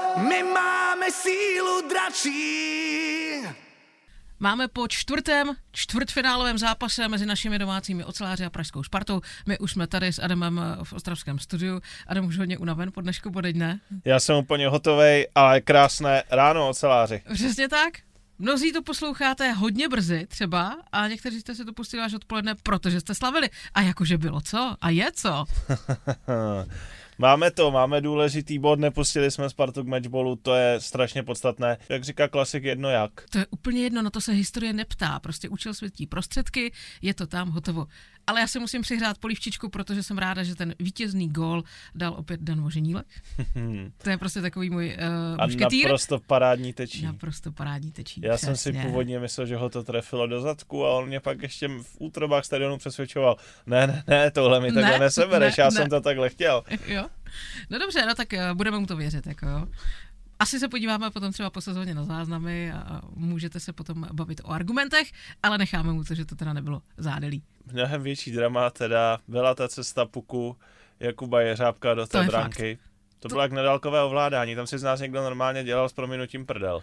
My máme sílu dračí. Máme po čtvrtfinálovém zápase mezi našimi domácími oceláři a pražskou Spartou. My už jsme tady s Adamem v ostravském studiu. Adam už hodně unaven po dnešku, podeď, ne? Já jsem úplně hotovej, ale krásné ráno, oceláři. Přesně tak. Mnozí to posloucháte hodně brzy třeba a někteří jste si to pustili až odpoledne, protože jste slavili. A jakože bylo co? A je co? Máme důležitý bod, nepustili jsme Spartu k matchballu, to je strašně podstatné. Jak říká klasik, jedno jak. To je úplně jedno, na to se historie neptá, prostě učil světí prostředky, je to tam, hotovo. Ale já si musím přihrát polívčičku, protože jsem ráda, že ten vítězný gól dal opět Dan Voženílek. To je prostě takový můj mušketýr. Naprosto parádní tečí. Naprosto parádní tečí. Já jsem si původně myslel, že ho to trefilo do zadku a on mě pak ještě v útrobách stadionu přesvědčoval. Ne, tohle mi takhle nesebereš, já jsem to takhle chtěl. Jo. No dobře, no tak budeme mu to věřit, jako jo. Asi se podíváme potom třeba po sezóně na záznamy a můžete se potom bavit o argumentech, ale necháme mu to, že to teda nebylo zádelí. Mnohem větší drama teda byla ta cesta puku Jakuba Jeřábka do té branky. To bylo jak nedálkové ovládání, tam si z nás někdo normálně dělal s prominutím prdel.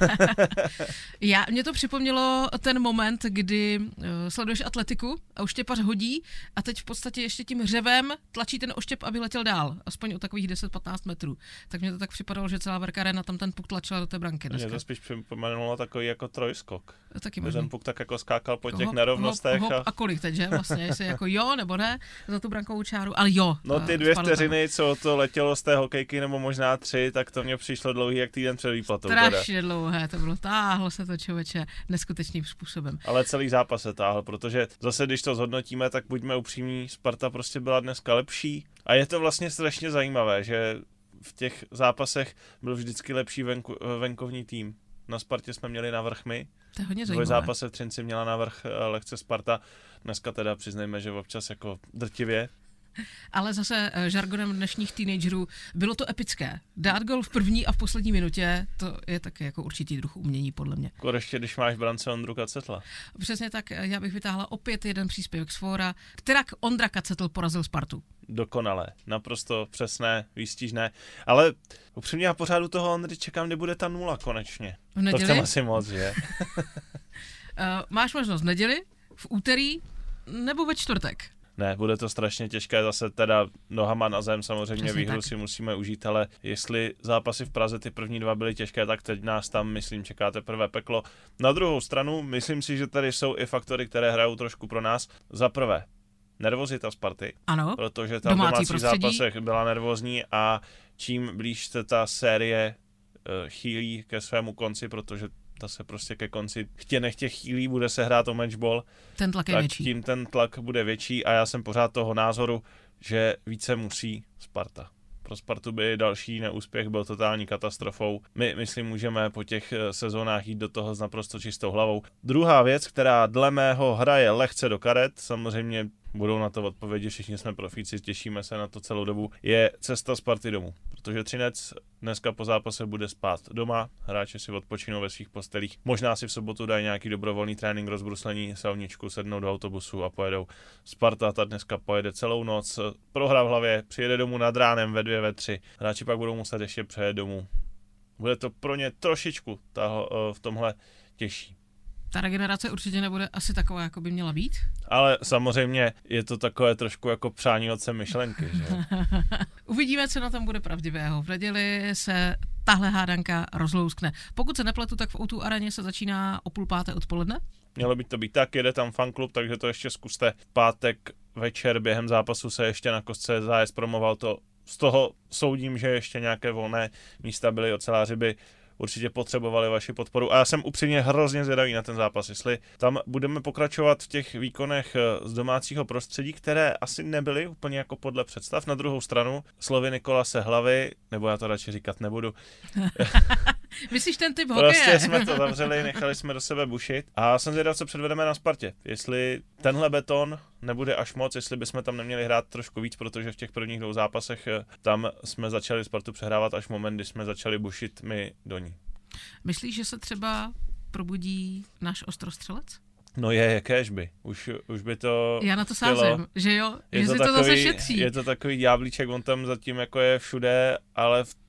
Mě to připomnělo ten moment, kdy sleduješ atletiku a oštěpař hodí a teď v podstatě ještě tím řevem tlačí ten oštěp, aby letěl dál, aspoň o takových 10-15 metrů. Tak mě to tak připadalo, že celá Verka Arena tam ten puk tlačila do té branky dneska. Mě to spíš připomenulo takový jako trojskok. Taky možný. Ten puk tak jako skákal po těch nerovnostech. A kolik teď, že? Vlastně, jestli jako jo nebo ne za tu brankovou čáru, ale jo. No ty 2 vteřiny, co to letělo z té hokejky, nebo možná 3, tak to mě přišlo dlouhý jak týden před výplatou. Strašně dlouhé, to bylo, táhlo se to, člověče, neskutečným způsobem. Ale celý zápas se táhl, protože zase, když to zhodnotíme, tak buďme upřímní, Sparta prostě byla dneska lepší a je to vlastně strašně zajímavé, že v těch zápasech byl vždycky lepší venkovní tým. Na Spartě jsme měli navrch my, to je hodně v zajímavé. zápase v Třinci měla navrch lehce Sparta, dneska teda přiznejme, že občas jako drtivě. Ale zase žargonem dnešních teenagerů bylo to epické. Dát gol v první a v poslední minutě, to je taky jako určitý druh umění, podle mě. Ještě když máš v brance Ondru Kacetla. Přesně tak, já bych vytáhla opět jeden příspěvek z fóra, kterak Ondra Kacetl porazil Spartu. Dokonale, naprosto přesné, výstižné, ale upřímně já pořád u toho Ondry čekám, kdy bude ta 0 konečně. V neděli? To chcem asi moc, že? Máš možnost v neděli, v úterý nebo ve čtvrtek? Ne, bude to strašně těžké, zase teda nohama na zem, samozřejmě přesně výhru tak. Si musíme užít, ale jestli zápasy v Praze ty první 2 byly těžké, tak teď nás tam, myslím, čeká teprve peklo. Na druhou stranu, myslím si, že tady jsou i faktory, které hrajou trošku pro nás. Za prvé, nervozita Sparty, ano, protože tam v domácích zápasech byla nervózní a čím blíž se ta série chýlí ke svému konci, protože ta se prostě ke konci chtě nechtě chýlí, bude se hrát o matchball, ten tlak je tak větší. Tím ten tlak bude větší a já jsem pořád toho názoru, že více musí Sparta. Pro Spartu by další neúspěch byl totální katastrofou. My, myslím, můžeme po těch sezónách jít do toho s naprosto čistou hlavou. Druhá věc, která dle mého hraje lehce do karet, samozřejmě budou na to odpovědi, všichni jsme profíci, těšíme se na to celou dobu, je cesta Sparty domů. Protože Třinec dneska po zápase bude spát doma, hráči si odpočinou ve svých postelích, možná si v sobotu dají nějaký dobrovolný trénink, rozbruslení, silničku, sednou do autobusu a pojedou. Sparta ta dneska pojede celou noc, prohra v hlavě, přijede domů nad ránem ve 2, ve 3, hráči pak budou muset ještě přejet domů. Bude to pro ně trošičku v tomhle těžší. Ta regenerace určitě nebude asi taková, jako by měla být. Ale samozřejmě je to takové trošku jako přání otce myšlenky, že? Uvidíme, co na tom bude pravdivého. V neděli se tahle hádanka rozlouskne. Pokud se nepletu, tak v O2 areně se začíná o 4:30 odpoledne. Mělo by to být tak, jede tam fanklub, takže to ještě zkuste. V pátek večer během zápasu se ještě na kostce zájezd promoval to. Z toho soudím, že ještě nějaké volné místa byly, oceláři by určitě potřebovali vaši podporu a já jsem upřímně hrozně zvědavý na ten zápas, jestli tam budeme pokračovat v těch výkonech z domácího prostředí, které asi nebyly úplně jako podle představ. Na druhou stranu slovy Nikolase Hlavy, nebo já to radši říkat nebudu. Myslíš ten typ hokeje? Prostě jsme to zavřeli, nechali jsme do sebe bušit a jsem zvědav, co předvedeme na Spartě. Jestli tenhle beton nebude až moc, jestli bychom tam neměli hrát trošku víc, protože v těch prvních 2 zápasech tam jsme začali Spartu přehrávat až moment, kdy jsme začali bušit my do ní. Myslíš, že se třeba probudí náš ostrostřelec? No jakéž by. Už by to... Já na to sázím, že jo? Že si to zase šetří. Je to takový ďáblíček, on tam zatím jako je všude, ale v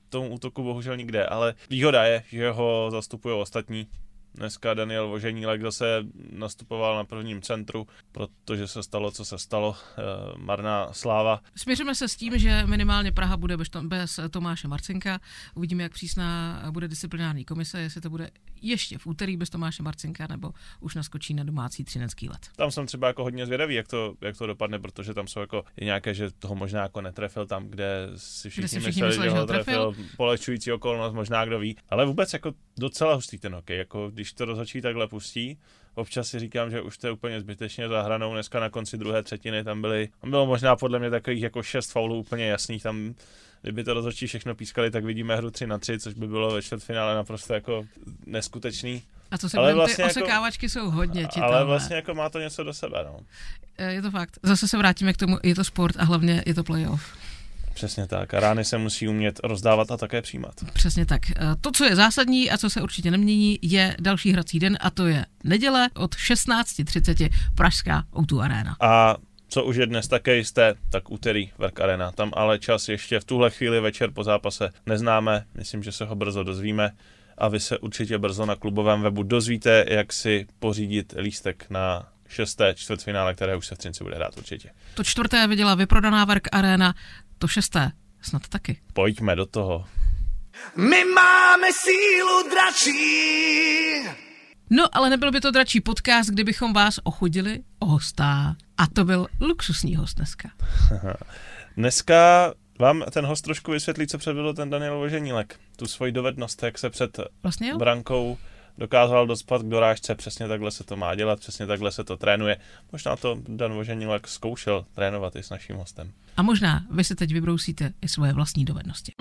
tomu útoku bohužel nikde, ale výhoda je, že ho zastupují ostatní. Dneska Daniel Voženílek zase nastupoval na prvním centru, protože se stalo, co se stalo, marná sláva. Směříme se s tím, že minimálně Praha bude bez Tomáše Marcinka. Uvidíme, jak přísná bude disciplinární komise, jestli to bude ještě v úterý bez Tomáše Marcinka, nebo už naskočí na domácí třinecký let. Tam jsem třeba jako hodně zvědavý, jak to dopadne, protože tam jsou jako i nějaké, že toho možná jako netrefil tam, kde si všichni mysleli, že ho trefil. Polehčující okolnost, možná kdo ví. Ale vůbec jako docela hustý ten hokej, jako když to rozhodčí takhle pustí. Občas si říkám, že už to je úplně zbytečně za hranou. Dneska na konci druhé třetiny tam bylo možná podle mě takových jako 6 faulů úplně jasných. Tam, kdyby to rozhodčí všechno pískali, tak vidíme hru 3-3, což by bylo ve čtvrtfinále naprosto jako neskutečný. A co se budeme, vlastně ty osekávačky jako, jsou hodně čitelné. Ale vlastně jako má to něco do sebe, no. Je to fakt. Zase se vrátíme k tomu, je to sport a hlavně je to playoff. Přesně tak. A rány se musí umět rozdávat a také přijímat. Přesně tak. To, co je zásadní a co se určitě nemění, je další hrací den a to je neděle od 16:30 Pražská O2 Arena. A co už je dnes také jisté, tak úterý Werk Arena. Tam ale čas ještě v tuhle chvíli večer po zápase neznáme. Myslím, že se ho brzo dozvíme. A vy se určitě brzo na klubovém webu dozvíte, jak si pořídit lístek na 6. čtvrtfinále, které už se v Třinci bude hrát určitě. To 4. viděla vyprodaná Werk Arena, to 6. snad taky. Pojďme do toho. My máme sílu dračí. No, ale nebyl by to dračí podcast, kdybychom vás ochudili o hostá. A to byl luxusní host dneska. Dneska vám ten host trošku vysvětlí, co předvedl ten Daniel Voženílek. Tu svoji dovednost, jak se před brankou dokázal dostat k dorážce, přesně takhle se to má dělat, přesně takhle se to trénuje. Možná to Dan Voženílek zkoušel trénovat i s naším hostem. A možná vy se teď vybrousíte i svoje vlastní dovednosti.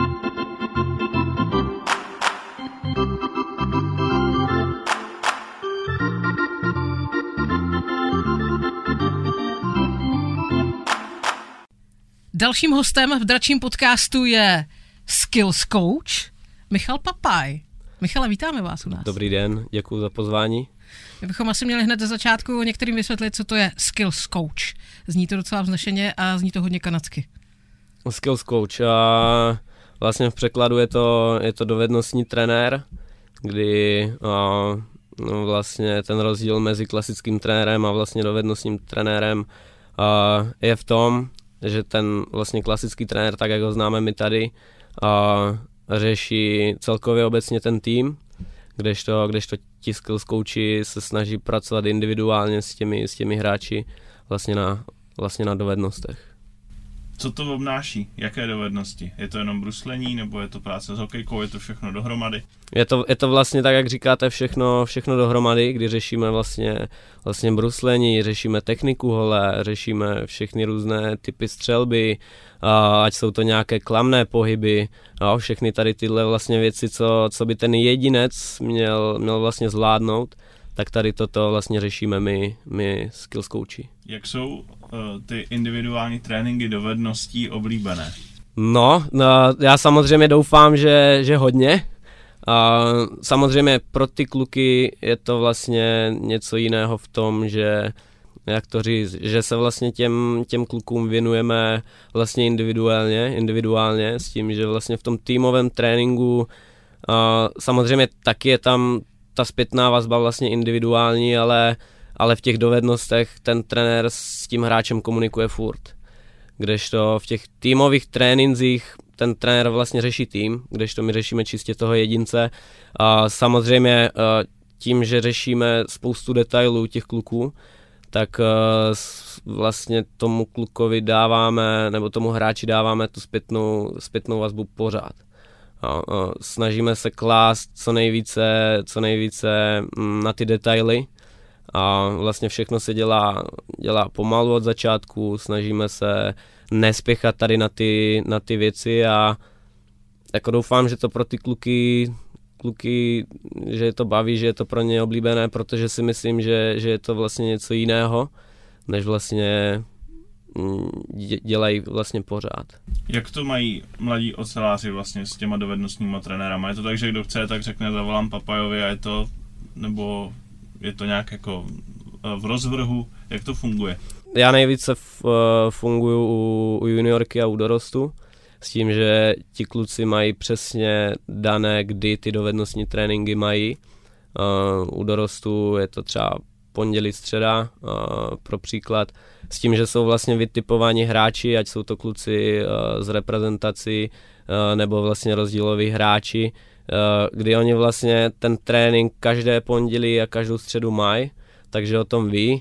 Dalším hostem v dračím podcastu je Skills Coach Michal Papaj. Michale, vítáme vás u nás. Dobrý den, děkuji za pozvání. My bychom asi měli hned ze začátku některým vysvětlit, co to je Skills Coach. Zní to docela vznešeně a zní to hodně kanadsky. Skills Coach, a vlastně v překladu je to dovednostní trenér, kdy vlastně ten rozdíl mezi klasickým trenérem a vlastně dovednostním trenérem je v tom, že ten vlastně klasický trenér, tak jak ho známe my tady, řeší celkově obecně ten tým, kdežto ti skills coachi se snaží pracovat individuálně s těmi hráči vlastně na dovednostech. Co to obnáší? Jaké dovednosti? Je to jenom bruslení, nebo je to práce s hokejkou, je to všechno dohromady? Je to vlastně tak, jak říkáte, všechno dohromady, kdy řešíme vlastně bruslení, řešíme techniku hole, řešíme všechny různé typy střelby, ať jsou to nějaké klamné pohyby, všechny tady tyhle vlastně věci, co by ten jedinec měl vlastně zvládnout, tak tady toto vlastně řešíme my skills coachi. Jak jsou ty individuální tréninky dovedností oblíbené? No, já samozřejmě doufám, že hodně. Samozřejmě pro ty kluky je to vlastně něco jiného v tom, že jak to říct, že se vlastně těm klukům věnujeme vlastně individuálně s tím, že vlastně v tom týmovém tréninku samozřejmě taky je tam ta zpětná vazba vlastně individuální, ale v těch dovednostech ten trenér s tím hráčem komunikuje furt. Kdežto v těch týmových trénincích ten trenér vlastně řeší tým, kdežto my řešíme čistě toho jedince. A samozřejmě tím, že řešíme spoustu detailů těch kluků, tak vlastně tomu klukovi dáváme, nebo tomu hráči dáváme tu zpětnou vazbu pořád. Snažíme se klást co nejvíce na ty detaily a vlastně všechno se dělá pomalu od začátku, snažíme se nespěchat tady na ty věci a jako doufám, že to pro ty kluky, že je to baví, že je to pro ně oblíbené, protože si myslím, že je to vlastně něco jiného, než vlastně dělají vlastně pořád. Jak to mají mladí oceláři vlastně s těma dovednostníma trenérama? Je to tak, že kdo chce, tak řekne zavolám Papajovi a je to, nebo je to nějak jako v rozvrhu? Jak to funguje? Já nejvíce funguju u juniorky a u dorostu s tím, že ti kluci mají přesně dané, kdy ty dovednostní tréninky mají. U dorostu je to třeba pondělí, středa, pro příklad, s tím, že jsou vlastně vytipováni hráči, ať jsou to kluci z reprezentací nebo vlastně rozdíloví hráči, kdy oni vlastně ten trénink každé pondělí a každou středu mají, takže o tom ví.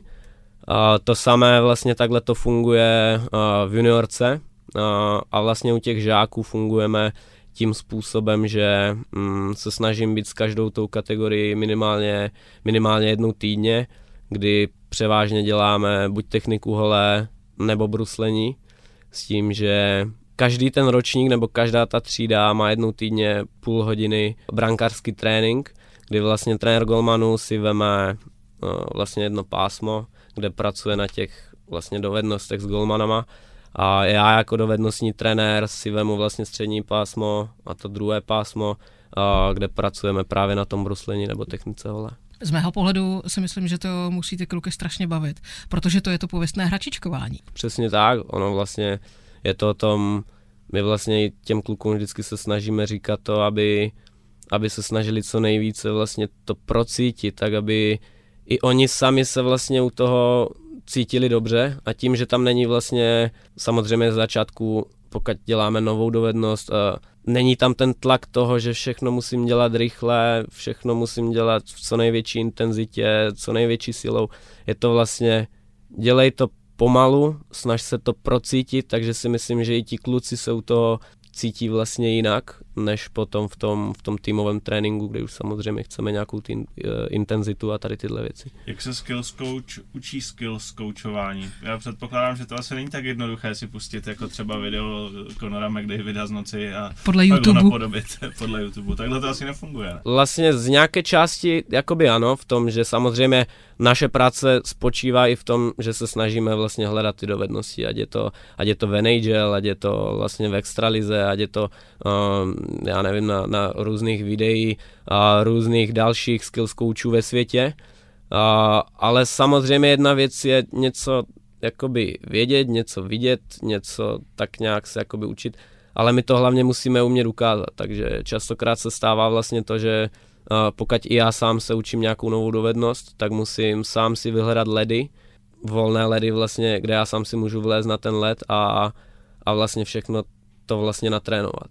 To samé vlastně takhle to funguje v juniorce a vlastně u těch žáků fungujeme tím způsobem, že se snažím být s každou tou kategorii minimálně jednou týdně, kdy převážně děláme buď techniku hole nebo bruslení, s tím, že každý ten ročník nebo každá ta třída má jednou týdně půl hodiny brankářský trénink, kdy vlastně trenér golmanů si veme vlastně jedno pásmo, kde pracuje na těch vlastně dovednostech s golmanama a já jako dovednostní trenér si vemu vlastně střední pásmo a to druhé pásmo, kde pracujeme právě na tom bruslení nebo technice hole. Z mého pohledu si myslím, že to musí ty kluky strašně bavit, protože to je to pověstné hračičkování. Přesně tak, ono vlastně je to o tom, my vlastně těm klukům vždycky se snažíme říkat to, aby se snažili co nejvíce vlastně to procítit, tak aby i oni sami se vlastně u toho cítili dobře a tím, že tam není vlastně samozřejmě z začátku, pokud děláme novou dovednost, není tam ten tlak toho, že všechno musím dělat rychle, všechno musím dělat v co největší intenzitě, co největší silou. Je to vlastně, dělej to pomalu, snaž se to procítit, takže si myslím, že i ti kluci se u toho cítí vlastně jinak, než potom v tom týmovém tréninku, kde už samozřejmě chceme nějakou intenzitu a tady tyhle věci. Jak se skills coach učí skills coachování? Já předpokládám, že to asi není tak jednoduché si pustit jako třeba video Conora McDavida z noci a podle YouTube napodobit podle YouTube. Takhle to asi nefunguje. Ne? Vlastně z nějaké části jakoby ano, v tom, že samozřejmě naše práce spočívá i v tom, že se snažíme vlastně hledat ty dovednosti, ať je to v NHL, ať je to vlastně v extralize, ať je to já nevím, na různých videí a různých dalších skills coachů ve světě. Ale samozřejmě jedna věc je něco jakoby vědět, něco vidět, něco tak nějak se jakoby učit, ale my to hlavně musíme umět ukázat, takže častokrát se stává vlastně to, že pokud i já sám se učím nějakou novou dovednost, tak musím sám si vyhledat ledy, volné ledy vlastně, kde já sám si můžu vlézt na ten led a vlastně všechno to vlastně natrénovat.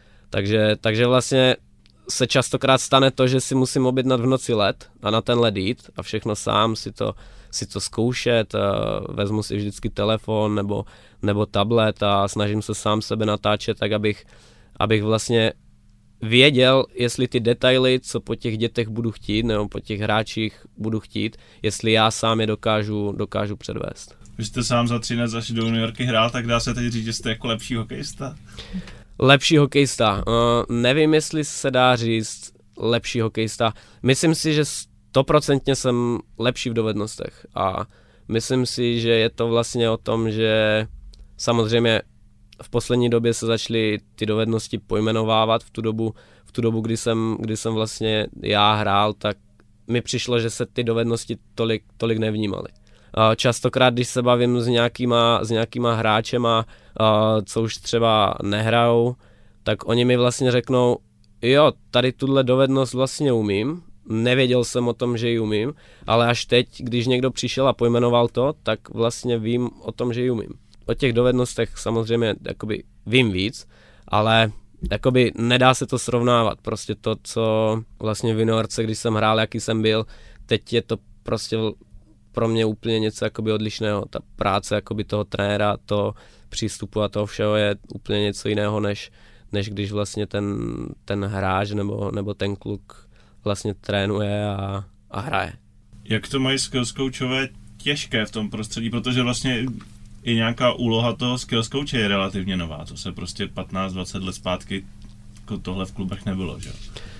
Takže vlastně se častokrát stane to, že si musím objednat v noci led a na ten led jít a všechno sám si to zkoušet, vezmu si vždycky telefon nebo tablet a snažím se sám sebe natáčet, tak abych vlastně věděl, jestli ty detaily, co po těch dětech budu chtít nebo po těch hráčích budu chtít, jestli já sám je dokážu předvést. Vy jste sám za 13 až do juniorky hrál, tak dá se teď říct, že jste jako lepší hokejista? Lepší hokejista. Nevím, jestli se dá říct lepší hokejista. Myslím si, že 100% jsem lepší v dovednostech a myslím si, že je to vlastně o tom, že samozřejmě v poslední době se začaly ty dovednosti pojmenovávat. V tu dobu, kdy jsem vlastně já hrál, tak mi přišlo, že se ty dovednosti tolik nevnímaly. Častokrát, když se bavím s nějakýma hráčema, co už třeba nehrajou, tak oni mi vlastně řeknou, jo, tady tuhle dovednost vlastně umím, nevěděl jsem o tom, že ji umím, ale až teď, když někdo přišel a pojmenoval to, tak vlastně vím o tom, že ji umím. O těch dovednostech samozřejmě jakoby vím víc, ale jakoby nedá se to srovnávat. Prostě to, co vlastně v juniorce, když jsem hrál, jaký jsem byl, teď je to prostě pro mě úplně něco jakoby odlišného. Ta práce jakoby toho trenéra, toho přístupu a toho všeho je úplně něco jiného, než když vlastně ten hráč nebo ten kluk vlastně trénuje a hraje. Jak to mají skills coachové těžké v tom prostředí, protože vlastně i nějaká úloha toho skills coache je relativně nová, to se prostě 15-20 let zpátky jako tohle v klubech nebylo, že?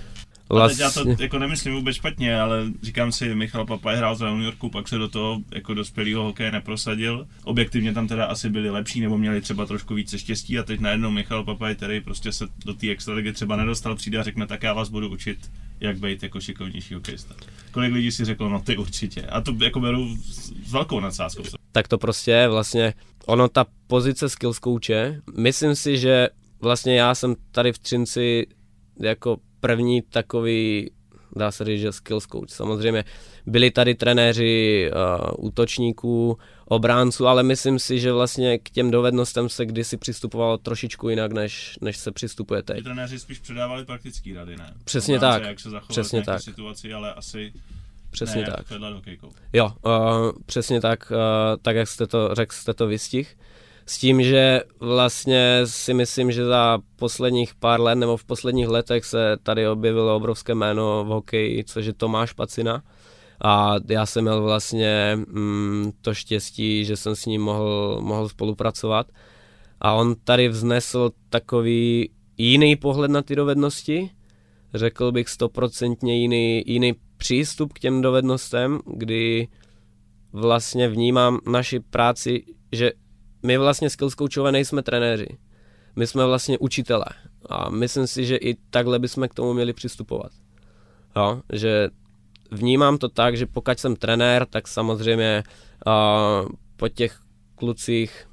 A teď já to jako nemyslím vůbec špatně, ale říkám si, Michal Papaj hrál za New Yorku, pak se do toho jako dospělého hokeje neprosadil. Objektivně tam teda asi byli lepší, nebo měli třeba trošku více štěstí a teď najednou Michal Papaj, který prostě se do té extraligy třeba nedostal, přijde a řekne, tak já vás budu učit, jak být jako šikovnější hokejista. Kolik lidí si řeklo, no ty určitě. A to jako beru s velkou nadsázkou. Tak to prostě je vlastně, ta pozice skills coache, myslím si, že vlastně já jsem tady v Třinci jako první takový, dá se říct, že skills coach. Samozřejmě byli tady trenéři útočníků, obránců, ale myslím si, že vlastně k těm dovednostem se kdysi přistupovalo trošičku jinak, než se přistupuje teď. Ty trenéři spíš předávali praktický rady, ne? Přesně Obránce, tak. Jak se zachovat Přesně v nějaké tak. situaci, ale asi Přesně ne tak. jak hokejkou. Jo, přesně tak, tak jak jste to řekl, jste to vystih. S tím, že vlastně si myslím, že za posledních pár let nebo v posledních letech se tady objevilo obrovské jméno v hokeji, což je Tomáš Pacina. A já jsem měl vlastně to štěstí, že jsem s ním mohl spolupracovat. A on tady vznesl takový jiný pohled na ty dovednosti, řekl bych 100% jiný přístup k těm dovednostem, kdy vlastně vnímám naši práci, že my vlastně skills coachové nejsme trenéři. My jsme vlastně učitelé. A myslím si, že i takhle bychom k tomu měli přistupovat. Jo, že vnímám to tak, že pokud jsem trenér, tak samozřejmě po těch klucích,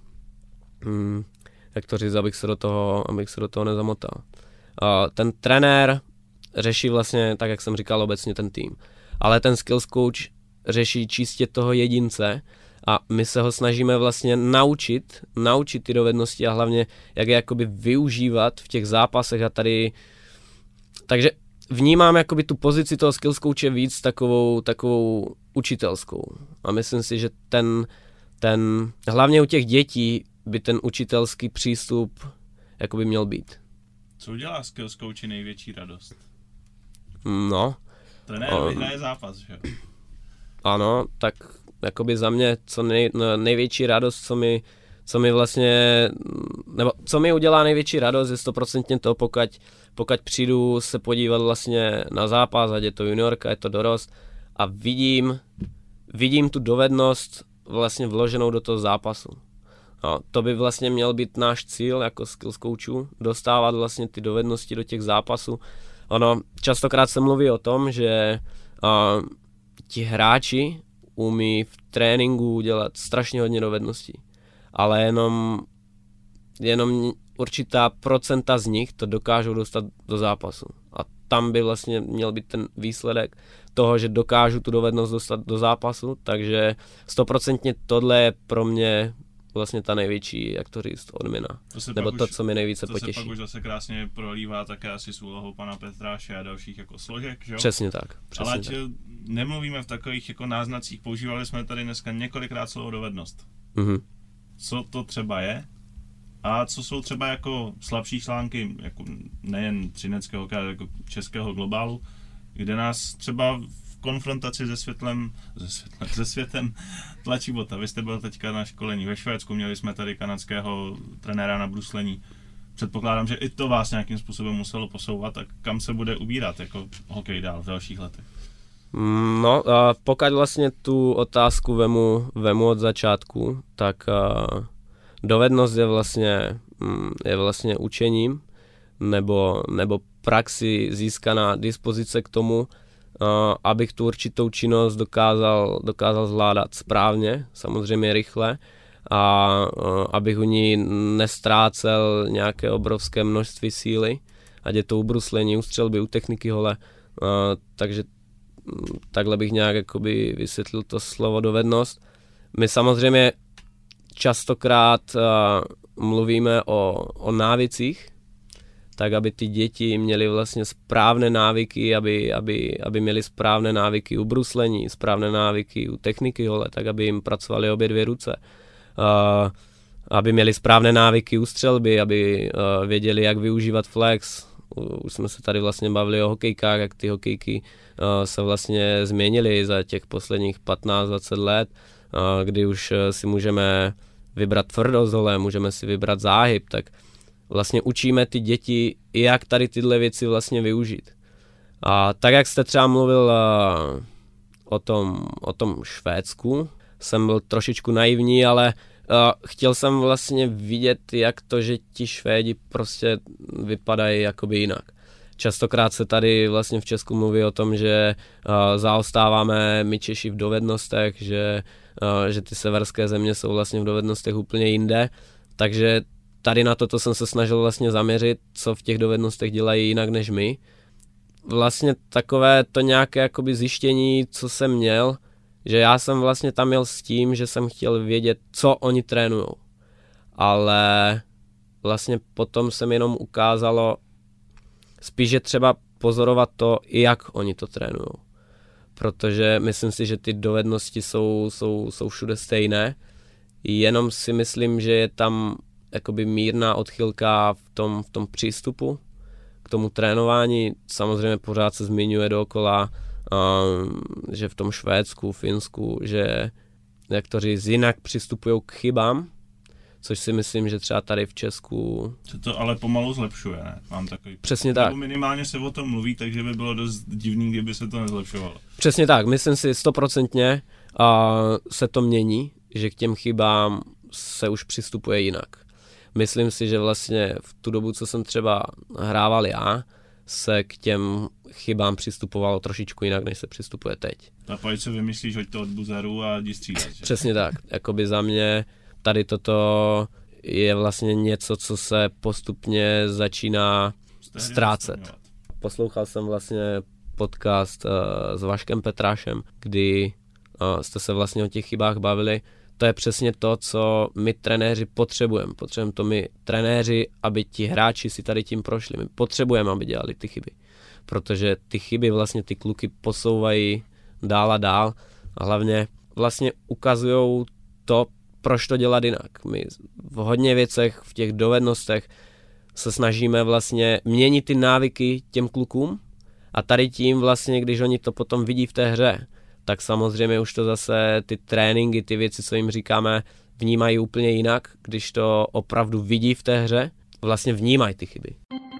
jak to říct, abych se do toho nezamotal. Ten trenér řeší vlastně, tak jak jsem říkal, obecně ten tým. Ale ten skills coach řeší čistě toho jedince a my se ho snažíme vlastně naučit ty dovednosti a hlavně jak je jakoby využívat v těch zápasech a tady. Takže vnímám jakoby tu pozici toho skills coache víc takovou učitelskou. A myslím si, že ten hlavně u těch dětí by ten učitelský přístup jakoby měl být. Co udělá skills coachi největší radost? No. Trenér vyhraje zápas, že jo? Ano, tak jakoby za mě největší radost, co mi vlastně, nebo co mi udělá největší radost, je 100% to, pokud přijdu se podívat vlastně na zápas, ať je to juniorka, je to dorost a vidím tu dovednost vlastně vloženou do toho zápasu. No, to by vlastně měl být náš cíl jako skills coachů, dostávat vlastně ty dovednosti do těch zápasů. Ono, častokrát se mluví o tom, že ti hráči umí v tréninku udělat strašně hodně dovedností, ale jenom určitá procenta z nich to dokážou dostat do zápasu. A tam by vlastně měl být ten výsledek toho, že dokážu tu dovednost dostat do zápasu, takže 100% tohle je pro mě vlastně ta největší, jak to říct, odměna. Nebo to, co mi nejvíce potěší. To se pak už zase krásně prolívá také asi s úlohou pana Petráše a dalších jako složek, že jo? Přesně tak. Ale ať nemluvíme v takových jako náznacích, používali jsme tady dneska několikrát slovo dovednost. Mm-hmm. Co to třeba je? A co jsou třeba jako slabší články, jako nejen třineckého, ale jako českého globálu, kde nás třeba v konfrontaci se světem tlačí bota. Vy jste byl teďka na školení ve Švédsku, měli jsme tady kanadského trenéra na bruslení. Předpokládám, že i to vás nějakým způsobem muselo posouvat, tak kam se bude ubírat jako hokej dál v dalších letech? No, pokud vlastně tu otázku vemu od začátku, tak dovednost je vlastně učením nebo praxi získaná dispozice k tomu, abych tu určitou činnost dokázal zvládat správně, samozřejmě rychle a abych u ní nestrácel nějaké obrovské množství síly, ať je to u bruslení, u střelby, u techniky hole, takže takhle bych nějak jakoby vysvětlil to slovo dovednost. My samozřejmě častokrát mluvíme o návicích, tak aby ty děti měly vlastně správné návyky, aby měly správné návyky u bruslení, správné návyky u techniky hole, tak aby jim pracovaly obě dvě ruce. Aby měli správné návyky u střelby, aby věděli, jak využívat flex. Už jsme se tady vlastně bavili o hokejkách, jak ty hokejky se vlastně změnily za těch posledních 15-20 let, kdy už si můžeme vybrat tvrdost hole, můžeme si vybrat záhyb, tak vlastně učíme ty děti, jak tady tyhle věci vlastně využít. A tak, jak jste třeba mluvil o tom Švédsku, jsem byl trošičku naivní, ale chtěl jsem vlastně vidět, jak to, že ti Švédi prostě vypadají jakoby jinak. Častokrát se tady vlastně v Česku mluví o tom, že zaostáváme my Češi v dovednostech, že ty severské země jsou vlastně v dovednostech úplně jinde, takže tady na toto jsem se snažil vlastně zaměřit, co v těch dovednostech dělají jinak než my. Vlastně takové to nějaké jakoby zjištění, co jsem měl, že já jsem vlastně tam jel s tím, že jsem chtěl vědět, co oni trénujou. Ale vlastně potom se mi jenom ukázalo spíš, že třeba pozorovat to, jak oni to trénujou. Protože myslím si, že ty dovednosti jsou všude stejné. Jenom si myslím, že je tam jakoby mírná odchylka v tom přístupu k tomu trénování. Samozřejmě pořád se zmiňuje dookola, že v tom Švédsku, Finsku, že jak to říct, jinak přistupují k chybám, což si myslím, že třeba tady v Česku... Se to ale pomalu zlepšuje, ne? Mám takový... Přesně tak. Nebo minimálně se o tom mluví, takže by bylo dost divný, kdyby se to nezlepšovalo. Přesně tak, myslím si 100% se to mění, že k těm chybám se už přistupuje jinak. Myslím si, že vlastně v tu dobu, co jsem třeba hrával já, se k těm chybám přistupovalo trošičku jinak, než se přistupuje teď. A pojď se vymyslíš, hoď to od buzeru a jdi střídat, že? Přesně tak, jakoby za mě tady toto je vlastně něco, co se postupně začíná ztrácet. Poslouchal jsem vlastně podcast s Vaškem Petrášem, kdy jste se vlastně o těch chybách bavili. To je přesně to, co my trenéři potřebujeme. Potřebujeme to my trenéři, aby ti hráči si tady tím prošli. My potřebujeme, aby dělali ty chyby. Protože ty chyby vlastně ty kluky posouvají dál a dál a hlavně vlastně ukazujou to, proč to dělat jinak. My v hodně věcech, v těch dovednostech se snažíme vlastně měnit ty návyky těm klukům a tady tím vlastně, když oni to potom vidí v té hře, tak samozřejmě už to zase ty tréninky, ty věci, co jim říkáme, vnímají úplně jinak, když to opravdu vidí v té hře, vlastně vnímají ty chyby.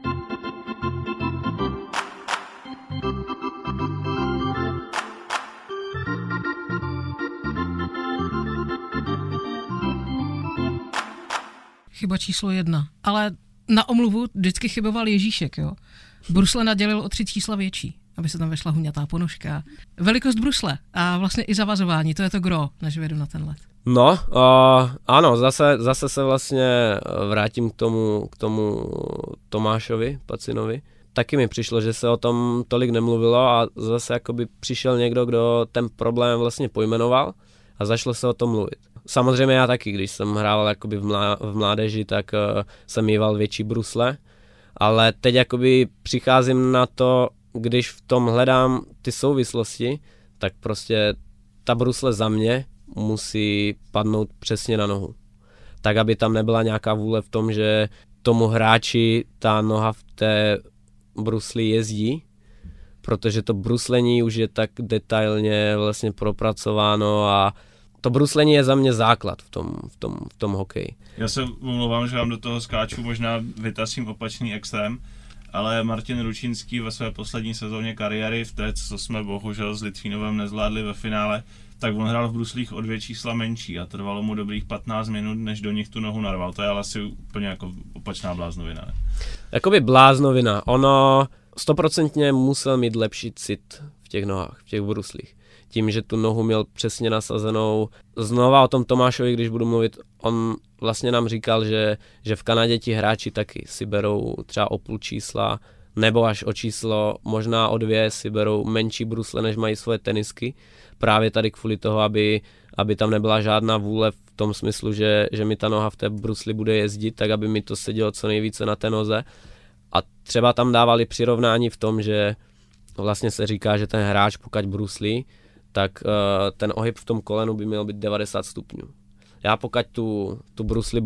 Chyba číslo 1. Ale na omluvu vždycky chyboval Ježíšek, jo. Brusle nadělil o 3 čísla větší, aby se tam vešla huňatá ponožka. Velikost brusle a vlastně i zavazování, to je to gro, než vědu na ten let. No, ano, zase se vlastně vrátím k tomu Tomášovi Pacinovi. Taky mi přišlo, že se o tom tolik nemluvilo a zase jakoby přišel někdo, kdo ten problém vlastně pojmenoval a zašlo se o tom mluvit. Samozřejmě já taky, když jsem hrával jakoby v mládeži, tak jsem mýval větší brusle, ale teď jakoby přicházím na to, když v tom hledám ty souvislosti, tak prostě ta brusle za mě musí padnout přesně na nohu. Tak, aby tam nebyla nějaká vůle v tom, že tomu hráči ta noha v té brusli jezdí, protože to bruslení už je tak detailně vlastně propracováno a to bruslení je za mě základ v tom hokeji. Já se omlouvám, že vám do toho skáču, možná vytasím opačný extrém, ale Martin Ručínský ve své poslední sezóně kariéry, v té, co jsme bohužel s Litvínovem nezvládli ve finále, tak on hrál v bruslích o 2 čísla menší a trvalo mu dobrých 15 minut, než do nich tu nohu narval. To je ale asi úplně jako opačná bláznovina, ne? Jakoby bláznovina. Ono 100% musel mít lepší cit v těch nohách, v těch bruslích. Tím, že tu nohu měl přesně nasazenou. Znova o tom Tomášovi, když budu mluvit, on vlastně nám říkal, že v Kanadě ti hráči taky si berou třeba o půl čísla, nebo až o číslo, možná o 2 si berou menší brusle, než mají svoje tenisky. Právě tady kvůli toho, aby tam nebyla žádná vůle v tom smyslu, že mi ta noha v té brusli bude jezdit, tak aby mi to sedělo co nejvíce na té noze. A třeba tam dávali přirovnání v tom, že vlastně se říká, že ten hráč pokud bruslí, tak ten ohyb v tom kolenu by měl být 90 stupňů. Já pokud tu brusli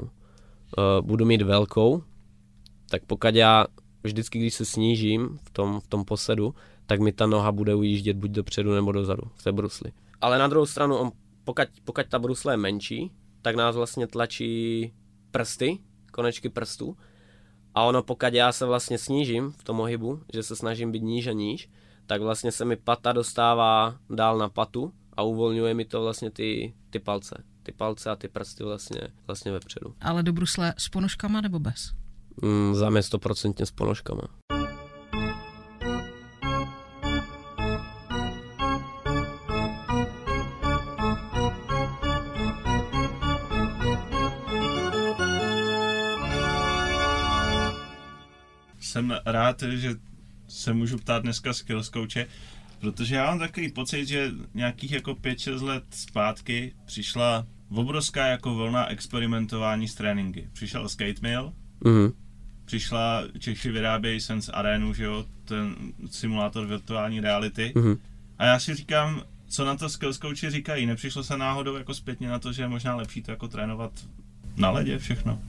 budu mít velkou, tak pokud já vždycky, když se snížím v tom posedu, tak mi ta noha bude ujíždět buď dopředu nebo dozadu v té brusli. Ale na druhou stranu, pokud ta brusle je menší, tak nás vlastně tlačí prsty, konečky prstů. A ono, pokud já se vlastně snížím v tom ohybu, že se snažím být níž a níž, tak vlastně se mi pata dostává dál na patu a uvolňuje mi to vlastně ty palce. Ty palce a ty prsty vlastně vepředu. Ale do brusle s ponožkama nebo bez? Za mě 100% s ponožkama. jsem rád, že se můžu ptát dneska skills coache, protože já mám takový pocit, že nějakých jako 5-6 let zpátky přišla obrovská jako vlna experimentování s tréninky. Přišel Skate Mill, přišla, Češi vyrábějí Sense Arenu, že jo, ten simulátor virtuální reality. A já si říkám, co na to skills coachi říkají, nepřišlo se náhodou jako zpětně na to, že je možná lepší to jako trénovat na ledě všechno?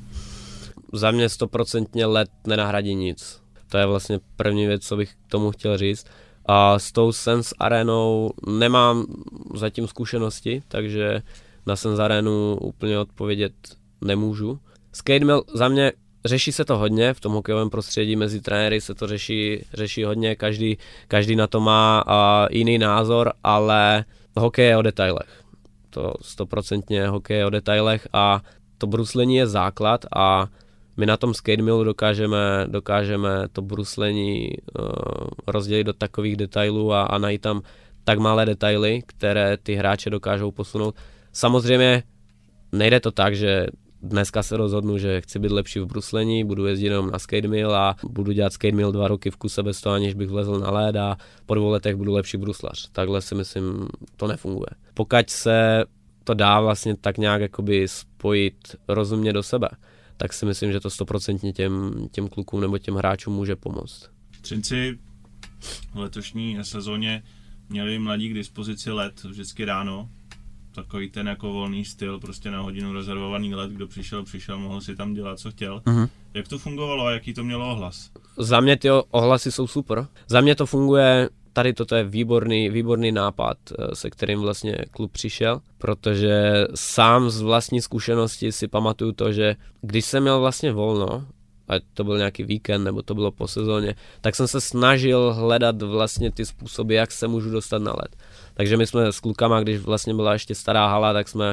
Za mě 100% led nenahradí nic. To je vlastně první věc, co bych k tomu chtěl říct. A s tou Sense Arenou nemám zatím zkušenosti, takže na Sense Arenu úplně odpovědět nemůžu. Skate Mill za mě řeší se to hodně, v tom hokejovém prostředí mezi trenéry se to řeší hodně, každý na to má jiný názor, ale hokej je o detailech. To 100% hokej je o detailech a to bruslení je základ a my na tom Skate Millu dokážeme to bruslení rozdělit do takových detailů a najít tam tak malé detaily, které ty hráče dokážou posunout. Samozřejmě nejde to tak, že dneska se rozhodnu, že chci být lepší v bruslení, budu jezdit jenom na Skate Mill a budu dělat Skate Mill 2 roky v kuse bez toho, aniž bych vlezl na led a po 2 letech budu lepší bruslař. Takhle si myslím, to nefunguje. Pokud se to dá vlastně tak nějak jakoby spojit rozumně do sebe, tak si myslím, že to 100% těm klukům nebo těm hráčům může pomoct. Třinci v letošní sezóně měli mladí k dispozici led vždycky ráno. Takový ten jako volný styl, prostě na hodinu rezervovaný let, kdo přišel, mohl si tam dělat, co chtěl. Jak to fungovalo a jaký to mělo ohlas? Za mě ty ohlasy jsou super. Za mě to funguje, tady toto je výborný nápad, se kterým vlastně klub přišel, protože sám z vlastní zkušenosti si pamatuju to, že když jsem měl vlastně volno, ať to byl nějaký víkend, nebo to bylo po sezóně, tak jsem se snažil hledat vlastně ty způsoby, jak se můžu dostat na led. Takže my jsme s klukama, když vlastně byla ještě stará hala, tak jsme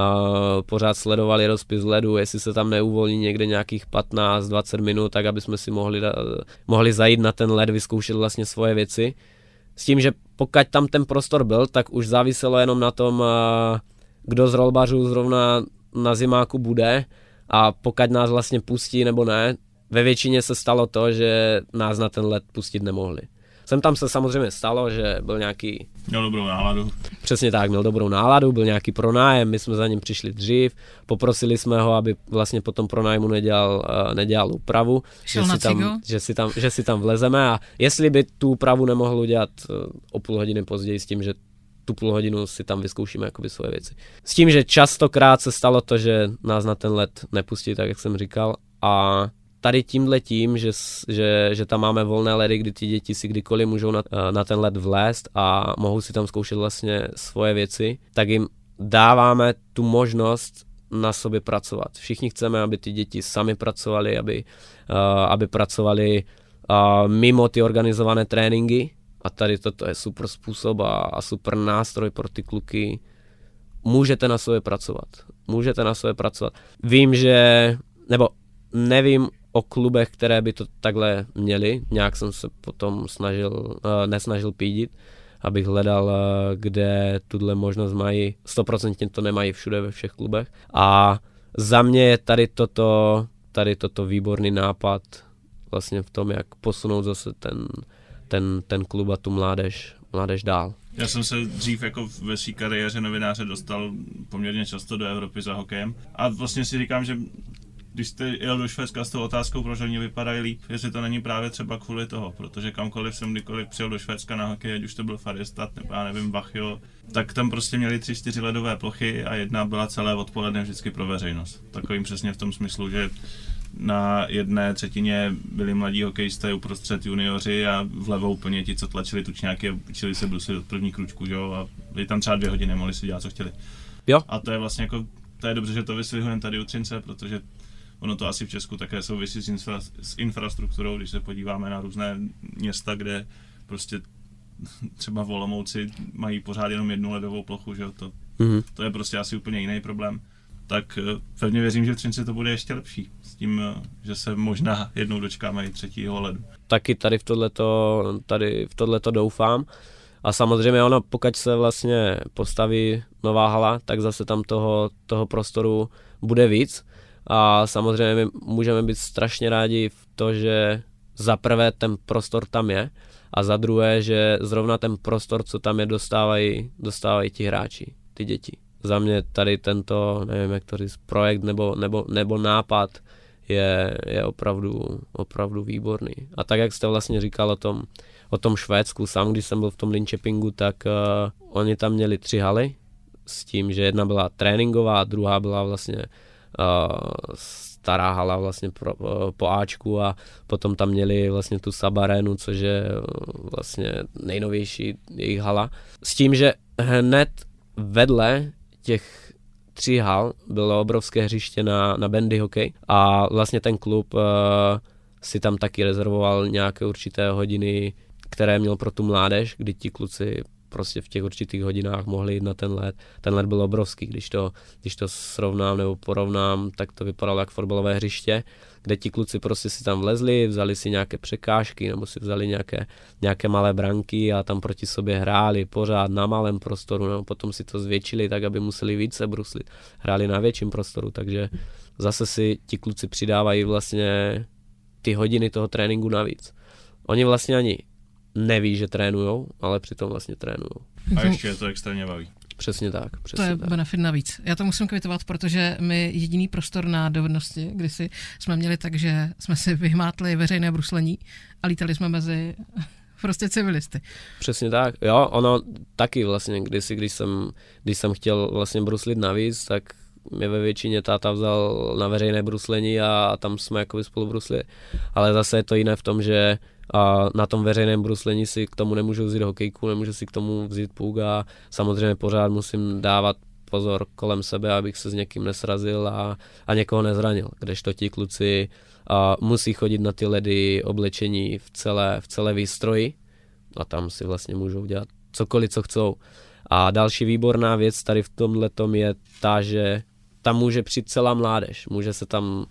pořád sledovali rozpis ledu, jestli se tam neuvolní někde nějakých 15-20 minut, tak aby jsme si mohli zajít na ten led, vyzkoušet vlastně svoje věci. S tím, že pokud tam ten prostor byl, tak už záviselo jenom na tom, kdo z rollbařů zrovna na zimáku bude a pokud nás vlastně pustí nebo ne. Ve většině se stalo to, že nás na ten led pustit nemohli. Sem tam se samozřejmě stalo, že byl nějaký... Měl dobrou náladu. Přesně tak, měl dobrou náladu, byl nějaký pronájem, my jsme za ním přišli dřív, poprosili jsme ho, aby vlastně po tom pronájmu nedělal úpravu, že si tam vlezeme a jestli by tu úpravu nemohl udělat o půl hodiny později s tím, že tu půl hodinu si tam vyzkoušíme jakoby svoje věci. S tím, že častokrát se stalo to, že nás na ten led nepustí, tak jak jsem říkal, a tady tímhletím, že tam máme volné ledy, kdy ty děti si kdykoliv můžou na ten led vlézt a mohou si tam zkoušet vlastně svoje věci, tak jim dáváme tu možnost na sobě pracovat. Všichni chceme, aby ty děti sami pracovali, aby pracovali mimo ty organizované tréninky a tady toto je super způsob a super nástroj pro ty kluky. Můžete na sobě pracovat. Vím, nevím o klubech, které by to takhle měli. Nějak jsem se potom nesnažil pídit, abych hledal, kde tuhle možnost mají. 100% to nemají všude ve všech klubech. A za mě je tady toto výborný nápad vlastně v tom, jak posunout zase ten klub a tu mládež dál. Já jsem se dřív jako ve své kariéře novináře dostal poměrně často do Evropy za hokejem a vlastně si říkám, že když jste jel do Švédska s tou otázkou, proč oni vypadají líp, jestli to není právě třeba kvůli toho, protože kamkoliv jsem kdykoliv přijel do Švédska na hokej, ať už to byl Färjestad nebo já nevím Vachjo, tak tam prostě měli 3-4 ledové plochy a jedna byla celé odpoledne vždycky pro veřejnost. Takovým přesně v tom smyslu, že na 1/3 byli mladí hokejisté uprostřed junioři a vlevo úplně ti, co tlačili tučňáky a učili se bruslit od první kručku, jo, a byli tam třeba 2 hodiny, mohli si dělat, co chtěli. Jo. A to je vlastně jako, to je dobře, že to vysvětlujeme tady u Třince, protože ono to asi v Česku také souvisí s infrastrukturou, když se podíváme na různé města, kde prostě třeba v Olomouci mají pořád jenom 1 ledovou plochu, že jo, to je prostě asi úplně jiný problém. Tak pevně věřím, že v Třinci to bude ještě lepší s tím, že se možná jednou dočkáme i 3. ledu. Taky tady v tohleto doufám. A samozřejmě ono, pokud se vlastně postaví nová hala, tak zase tam toho prostoru bude víc. A samozřejmě my můžeme být strašně rádi v to, že za prvé ten prostor tam je a za druhé, že zrovna ten prostor, co tam je, dostávají ti hráči, ty děti. Za mě tady tento, nevím jak to říct, projekt nebo nápad je opravdu výborný. A tak, jak jste vlastně říkal o tom Švédsku, sám když jsem byl v tom Linköpingu, tak oni tam měli 3 haly s tím, že jedna byla tréninková a druhá byla vlastně stará hala vlastně po Ačku a potom tam měli vlastně tu Sabarénu, což je vlastně nejnovější jejich hala. S tím, že hned vedle těch 3 hal bylo obrovské hřiště na bandy hokej a vlastně ten klub si tam taky rezervoval nějaké určité hodiny, které měl pro tu mládež, kdy ti kluci prostě v těch určitých hodinách mohli jít na ten let. Ten let byl obrovský, když to srovnám nebo porovnám, tak to vypadalo jak fotbalové hřiště, kde ti kluci prostě si tam vlezli, vzali si nějaké překážky nebo si vzali nějaké malé branky a tam proti sobě hráli pořád na malém prostoru, nebo potom si to zvětšili tak, aby museli více bruslit. Hráli na větším prostoru, takže zase si ti kluci přidávají vlastně ty hodiny toho tréninku navíc. Oni vlastně ani neví, že trénujou, ale přitom vlastně trénujou. A ještě je to extrémně baví. Přesně tak. To je benefit navíc. Já to musím kvitovat, protože my jediný prostor na dovednosti, kdysi jsme měli tak, že jsme si vyhmátli veřejné bruslení a lítali jsme mezi prostě civilisty. Přesně tak. Jo, ono taky vlastně kdysi, když jsem chtěl vlastně bruslit navíc, tak mě ve většině táta vzal na veřejné bruslení a tam jsme jakoby spolu brusli. Ale zase je to jiné v tom, že na tom veřejném bruslení si k tomu nemůžu vzít hokejku, nemůžu si k tomu vzít puk a samozřejmě pořád musím dávat pozor kolem sebe, abych se s někým nesrazil a někoho nezranil. Kdežto ti kluci musí chodit na ty ledy oblečení v celé výstroji a tam si vlastně můžou dělat cokoliv, co chcou. A další výborná věc tady v tomhletom je ta, že tam může přijít celá mládež. Může se tam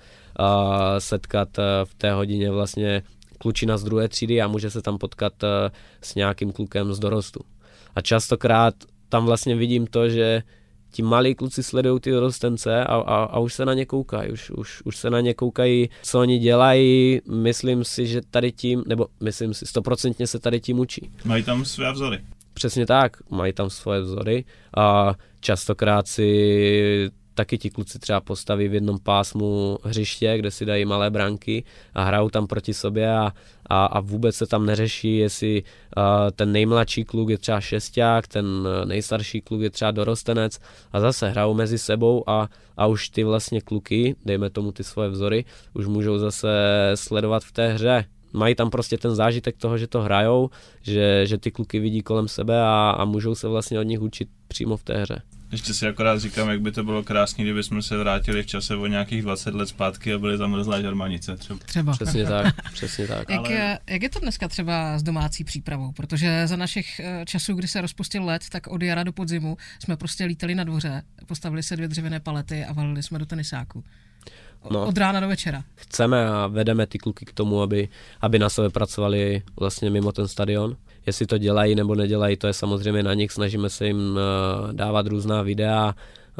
setkat v té hodině vlastně klučina z 2. třídy a může se tam potkat s nějakým klukem z dorostu. A častokrát tam vlastně vidím to, že ti malí kluci sledují ty dorostence a už se na ně koukají. Už se na ně koukají, co oni dělají. Myslím si, že tady tím, nebo myslím si, 100% se tady tím učí. Mají tam své vzory. Přesně tak, mají tam svoje vzory a častokrát si taky ti kluci třeba postaví v jednom pásmu hřiště, kde si dají malé branky a hrajou tam proti sobě a vůbec se tam neřeší, jestli ten nejmladší kluk je třeba šesták, ten nejstarší kluk je třeba dorostenec a zase hrajou mezi sebou a už ty vlastně kluky, dejme tomu ty svoje vzory, už můžou zase sledovat v té hře. Mají tam prostě ten zážitek toho, že to hrajou, že ty kluky vidí kolem sebe a můžou se vlastně od nich učit přímo v té hře. Ještě si akorát říkám, jak by to bylo krásné, kdyby jsme se vrátili v čase o nějakých 20 let zpátky a byly zamrzlé žermanice třeba. Přesně tak. Jak je to dneska třeba s domácí přípravou? Protože za našich časů, kdy se rozpustil led, tak od jara do podzimu jsme prostě lítali na dvoře, postavili se 2 dřevěné palety a valili jsme do tenisáku. No, od rána do večera. Chceme a vedeme ty kluky k tomu, aby na sebe pracovali vlastně mimo ten stadion. Jestli to dělají nebo nedělají, to je samozřejmě na nich. Snažíme se jim dávat různá videa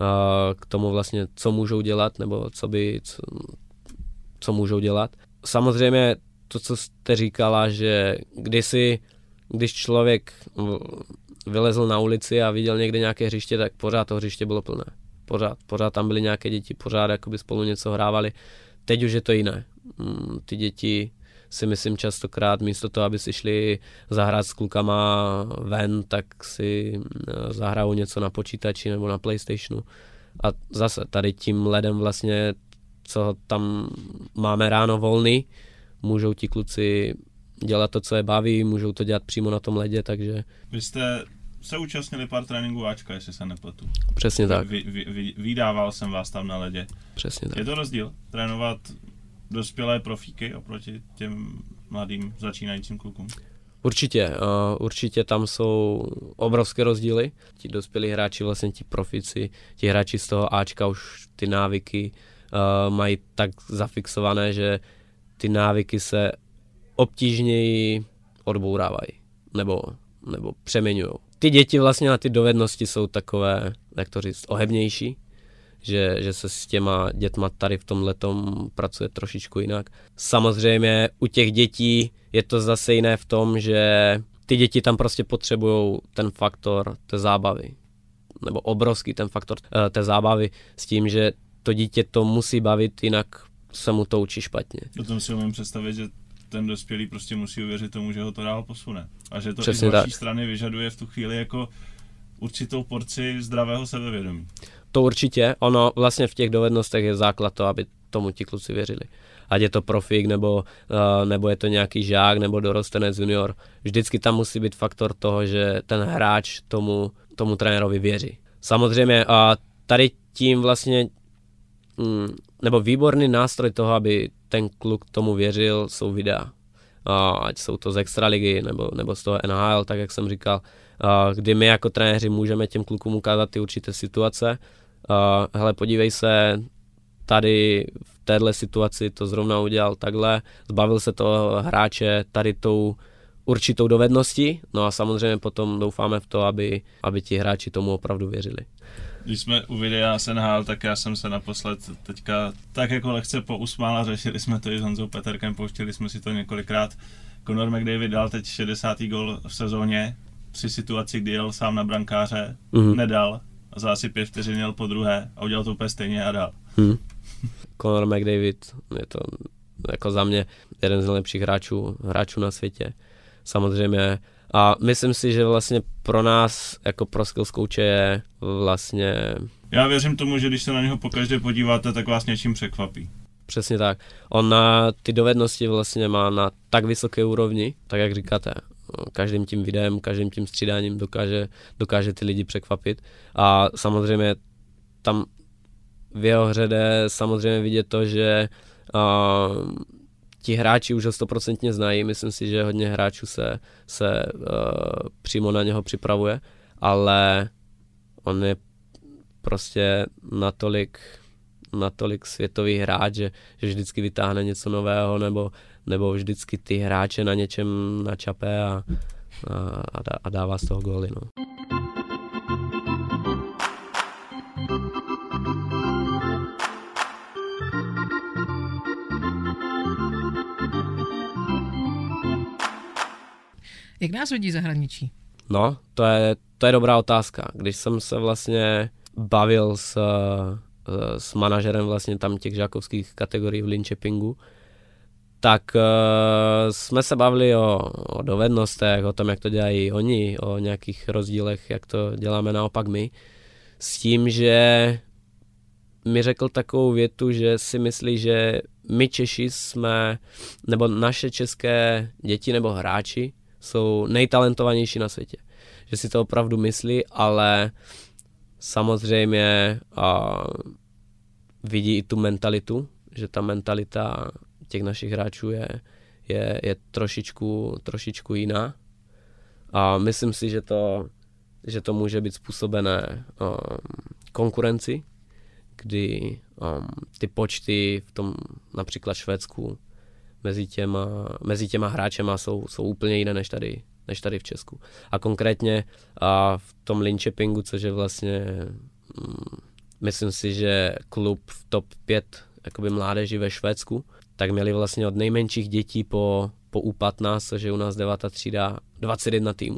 k tomu vlastně, co můžou dělat nebo co můžou dělat. Samozřejmě to, co jste říkala, že když člověk vylezl na ulici a viděl někde nějaké hřiště, tak pořád to hřiště bylo plné. Pořád tam byly nějaké děti, pořád jakoby spolu něco hrávali. Teď už je to jiné. Ty děti si myslím častokrát místo toho, aby si šli zahrát s klukama ven, tak si zahrajou něco na počítači nebo na PlayStationu. A zase tady tím ledem vlastně, co tam máme ráno volný, můžou ti kluci dělat to, co je baví, můžou to dělat přímo na tom ledě, takže... Vy jste se účastnili pár tréninků Ačka, jestli se nepletu. Přesně tak. Vydával jsem vás tam na ledě. Přesně tak. Je to rozdíl trénovat dospělé profíky oproti těm mladým začínajícím klukům? Určitě tam jsou obrovské rozdíly. Ti dospělí hráči, vlastně ti profíci, ti hráči z toho Ačka už ty návyky mají tak zafixované, že ty návyky se obtížněji odbourávají nebo přeměňují. Ty děti vlastně na ty dovednosti jsou takové, jak to říct, ohebnější, že se s těma dětma tady v tomhletom pracuje trošičku jinak. Samozřejmě u těch dětí je to zase jiné v tom, že ty děti tam prostě potřebují ten faktor té zábavy. Nebo obrovský ten faktor té zábavy s tím, že to dítě to musí bavit, jinak se mu to učí špatně. Potom si umím představit, že ten dospělý prostě musí uvěřit tomu, že ho to dál posune. A že to přesně i z vaší tak. strany vyžaduje v tu chvíli jako určitou porci zdravého sebevědomí. To určitě, ono vlastně v těch dovednostech je základ to, aby tomu ti kluci věřili. Ať je to profík, nebo je to nějaký žák, nebo dorostenec junior. Vždycky tam musí být faktor toho, že ten hráč tomu trenérovi věří. Samozřejmě a tady tím vlastně, nebo výborný nástroj toho, aby ten kluk tomu věřil, jsou videa. Ať jsou to z extraligy, nebo z toho NHL, tak jak jsem říkal, kdy my jako trenéři můžeme těm klukům ukázat ty určité situace. Hele, podívej se, tady v téhle situaci to zrovna udělal takhle, zbavil se toho hráče tady tou určitou dovedností, no a samozřejmě potom doufáme v to, aby ti hráči tomu opravdu věřili. Když jsme u videa z NHL, tak já jsem se naposled teďka tak jako lehce pousmál a řešili jsme to i s Honzou Peterkem, pouštěli jsme si to několikrát. Conor McDavid dal teď 60. gol v sezóně při situaci, kdy jel sám na brankáře, nedal a za asi 5 vteřin jel po druhé a udělal to úplně stejně a dal. Conor McDavid je to jako za mě jeden z nejlepších hráčů na světě. Samozřejmě. A myslím si, že vlastně pro nás, jako pro skills coache je vlastně... Já věřím tomu, že když se na něho pokaždé podíváte, tak vás něčím překvapí. Přesně tak. On ty dovednosti vlastně má na tak vysoké úrovni, tak jak říkáte, každým tím videem, každým tím střídáním dokáže ty lidi překvapit. A samozřejmě tam v jeho hře jde samozřejmě vidět to, že ti hráči už ho 100% znají, myslím si, že hodně hráčů se přímo na něho připravuje, ale on je prostě natolik světový hráč, že vždycky vytáhne něco nového, nebo vždycky ty hráče na něčem načape a dává z toho góly. No. Jak nás vidí zahraničí? No, to je dobrá otázka. Když jsem se vlastně bavil s manažerem vlastně tam těch žákovských kategorií v Linköpingu, tak jsme se bavili o dovednostech, o tom, jak to dělají oni, o nějakých rozdílech, jak to děláme naopak my. S tím, že mi řekl takovou větu, že si myslí, že my Češi jsme, nebo naše české děti nebo hráči jsou nejtalentovanější na světě. Že si to opravdu myslí, ale samozřejmě vidí i tu mentalitu, že ta mentalita těch našich hráčů je trošičku jiná. A myslím si, že to může být způsobené konkurenci, kdy ty počty v tom například Švédsku mezi těma hráčema jsou úplně jiné než tady v Česku. A konkrétně v tom Linköpingu, což je vlastně, myslím si, že klub v top 5 jakoby mládeži ve Švédsku, tak měli vlastně od nejmenších dětí po U15, což je u nás 9. třída, 21 týmů.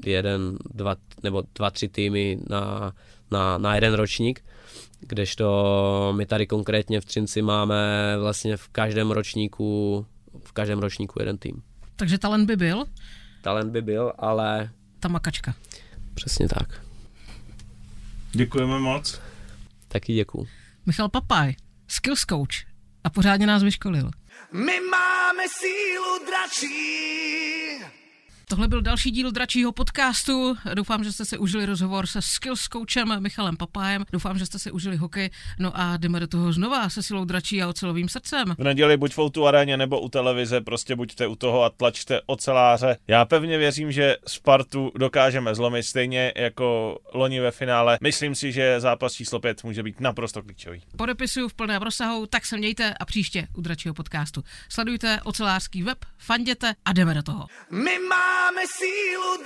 2-3 týmy na jeden ročník, kdežto my tady konkrétně v Třinci máme vlastně v každém ročníku jeden tým. Takže talent by byl? Talent by byl, ale... Ta makačka. Přesně tak. Děkujeme moc. Taky děkuju. Michal Papaj, skills coach a pořádně nás vyškolil. My máme sílu dračí. Tohle byl další díl Dračího podcastu. Doufám, že jste si užili rozhovor se skills coachem Michalem Papajem. Doufám, že jste si užili hokej. No a jdeme do toho znova se silou dračí a ocelovým srdcem. V neděli buď v O2 aréně nebo u televize, prostě buďte u toho a tlačte oceláře. Já pevně věřím, že Spartu dokážeme zlomit stejně jako loni ve finále. Myslím si, že zápas číslo 5 může být naprosto klíčový. Podepisuju v plném rozsahu, tak se mějte a příště u Dračího podcastu. Sledujte ocelářský web, fanděte a jdeme do toho. My máme sílu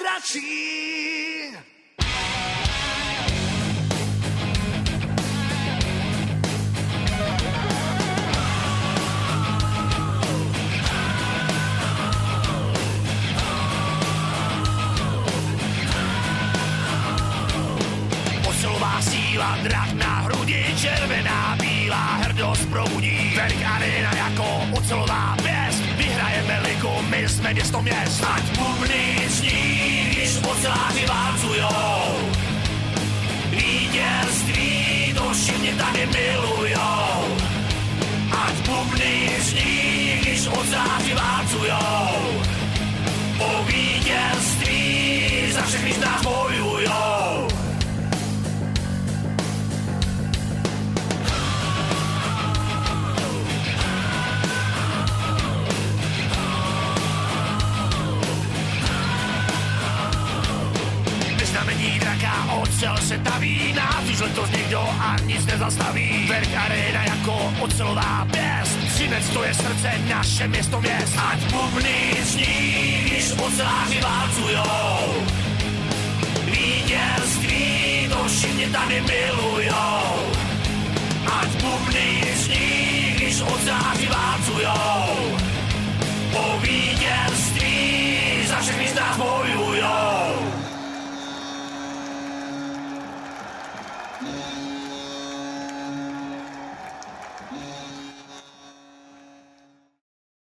dračí. jsme město měst. Ať bubny zní, když oceláři válcujou. Vítězství duši mě tady milujou. Ať bubny zní, když oceláři válcujou. O vítězství za všechny z nás bojujou. Vyznamení draka, ocel se taví, nás už letos nikdo a nic nezastaví. Berg Arena jako ocelová pěst, Třinec to je srdce, naše město měst. Ať bubny zní, když oceláři válcujou. Vítězství duši mě tady milujou. Ať bubny zní, když oceláři válcujou. O vítězství za všechny z nás bojujou.